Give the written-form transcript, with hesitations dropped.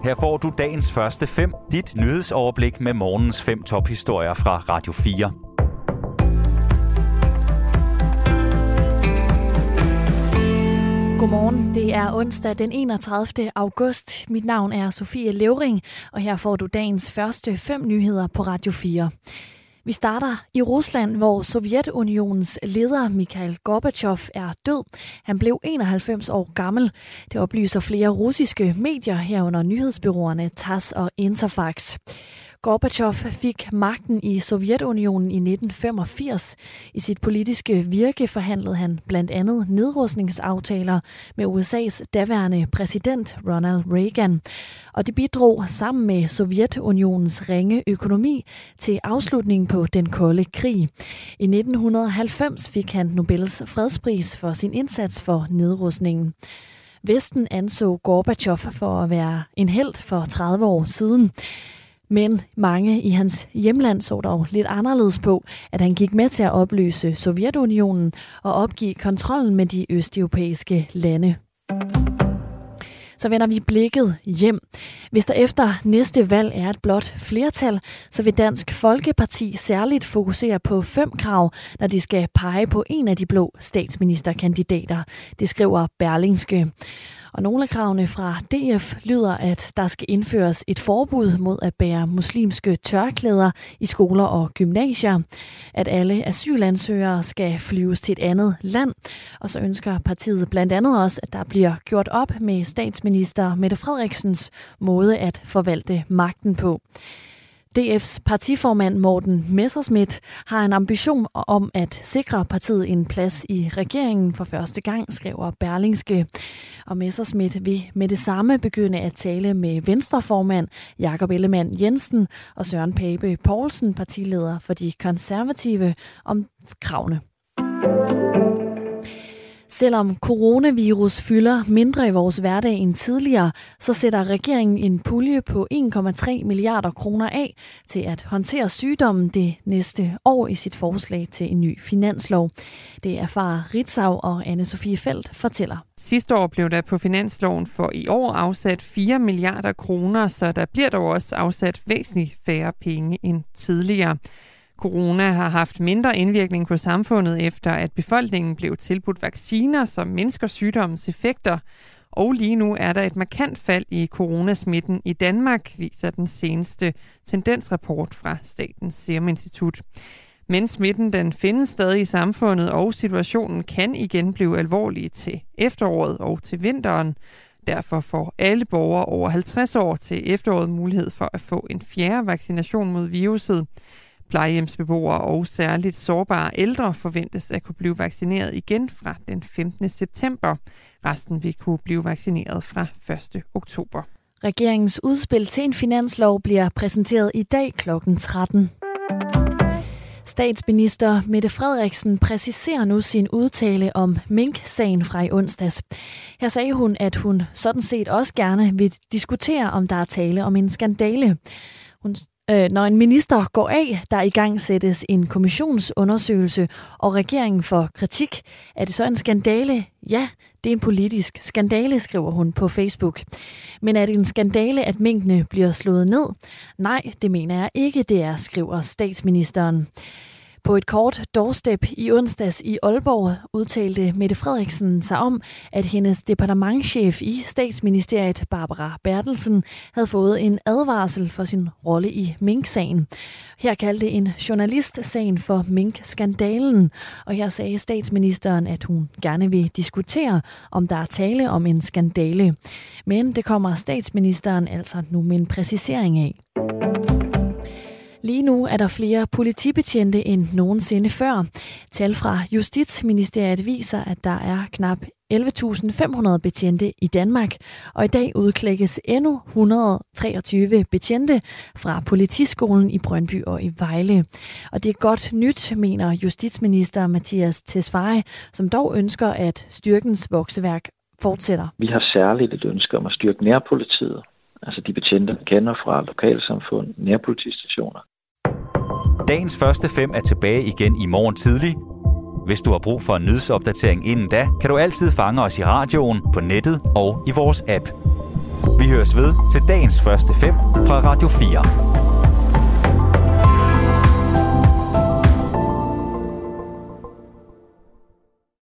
Her får du dagens første 5, dit nyhedsoverblik med morgens 5 tophistorier fra Radio 4. Godmorgen, det er onsdag den 31. august. Mit navn er Sofie Levring, og her får du dagens første 5 nyheder på Radio 4. Vi starter i Rusland, hvor Sovjetunionens leder Mikhail Gorbachev er død. Han blev 91 år gammel. Det oplyser flere russiske medier herunder nyhedsbureauerne TASS og Interfax. Gorbachev fik magten i Sovjetunionen i 1985. I sit politiske virke forhandlede han blandt andet nedrustningsaftaler med USA's daværende præsident Ronald Reagan. Og det bidrog sammen med Sovjetunionens ringe økonomi til afslutningen på den kolde krig. I 1990 fik han Nobels fredspris for sin indsats for nedrustningen. Vesten anså Gorbachev for at være en helt for 30 år siden. Men mange i hans hjemland så dog lidt anderledes på, at han gik med til at opløse Sovjetunionen og opgive kontrollen med de østeuropæiske lande. Så vender vi blikket hjem. Hvis der efter næste valg er et blot flertal, så vil Dansk Folkeparti særligt fokusere på 5 krav, når de skal pege på en af de blå statsministerkandidater. Det skriver Berlingske. Og nogle af kravene fra DF lyder, at der skal indføres et forbud mod at bære muslimske tørklæder i skoler og gymnasier, at alle asylansøgere skal flyves til et andet land, og så ønsker partiet blandt andet også, at der bliver gjort op med statsminister Mette Frederiksens måde at forvalte magten på. DF's partiformand Morten Messerschmidt har en ambition om at sikre partiet en plads i regeringen for første gang, skriver Berlingske. Og Messerschmidt vil med det samme begynde at tale med Venstreformand Jakob Ellemann-Jensen og Søren Pape Poulsen, partileder for de konservative, om kravene. Selvom coronavirus fylder mindre i vores hverdag end tidligere, så sætter regeringen en pulje på 1,3 milliarder kroner af til at håndtere sygdommen det næste år i sit forslag til en ny finanslov. Det erfarer Ritzau og Anne-Sophie Feldt fortæller. Sidste år blev der på finansloven for i år afsat 4 milliarder kroner, så der bliver dog også afsat væsentligt færre penge end tidligere. Corona har haft mindre indvirkning på samfundet efter, at befolkningen blev tilbudt vacciner, som mindsker sygdommens effekter. Og lige nu er der et markant fald i coronasmitten i Danmark, viser den seneste tendensrapport fra Statens Serum Institut. Men smitten den findes stadig i samfundet, og situationen kan igen blive alvorlig til efteråret og til vinteren. Derfor får alle borgere over 50 år til efteråret mulighed for at få en 4. vaccination mod viruset. Plejehjemsbeboere og særligt sårbare ældre forventes at kunne blive vaccineret igen fra den 15. september. Resten vil kunne blive vaccineret fra 1. oktober. Regeringens udspil til en finanslov bliver præsenteret i dag kl. 13. Statsminister Mette Frederiksen præciserer nu sin udtale om mink-sagen fra i onsdags. Her sagde hun, at hun sådan set også gerne vil diskutere, om der er tale om en skandale. Når en minister går af, der i gang sættes en kommissionsundersøgelse, og regeringen får kritik, er det så en skandale? Ja, det er en politisk skandale, skriver hun på Facebook. Men er det en skandale, at minkene bliver slået ned? Nej, det mener jeg ikke, det er, skriver statsministeren. På et kort doorstep i onsdags i Aalborg udtalte Mette Frederiksen sig om, at hendes departementschef i Statsministeriet, Barbara Bertelsen, havde fået en advarsel for sin rolle i mink-sagen. Her kaldte en journalist sagen for mink-skandalen, og her sagde statsministeren, at hun gerne vil diskutere, om der er tale om en skandale. Men det kommer statsministeren altså nu med en præcisering af. Lige nu er der flere politibetjente end nogensinde før. Tal fra Justitsministeriet viser, at der er knap 11.500 betjente i Danmark, og i dag udklækkes endnu 123 betjente fra politiskolen i Brøndby og i Vejle. Og det er godt nyt, mener justitsminister Mattias Tesfaye, som dog ønsker, at styrkens vokseværk fortsætter. Vi har særligt et ønske om at styrke nærpolitiet, altså de betjente, vi kender fra lokalsamfund, nærpolitistationer. Dagens første 5 er tilbage igen i morgen tidlig. Hvis du har brug for en nyhedsopdatering inden da, kan du altid fange os i radioen, på nettet og i vores app. Vi høres ved til dagens første 5 fra Radio 4.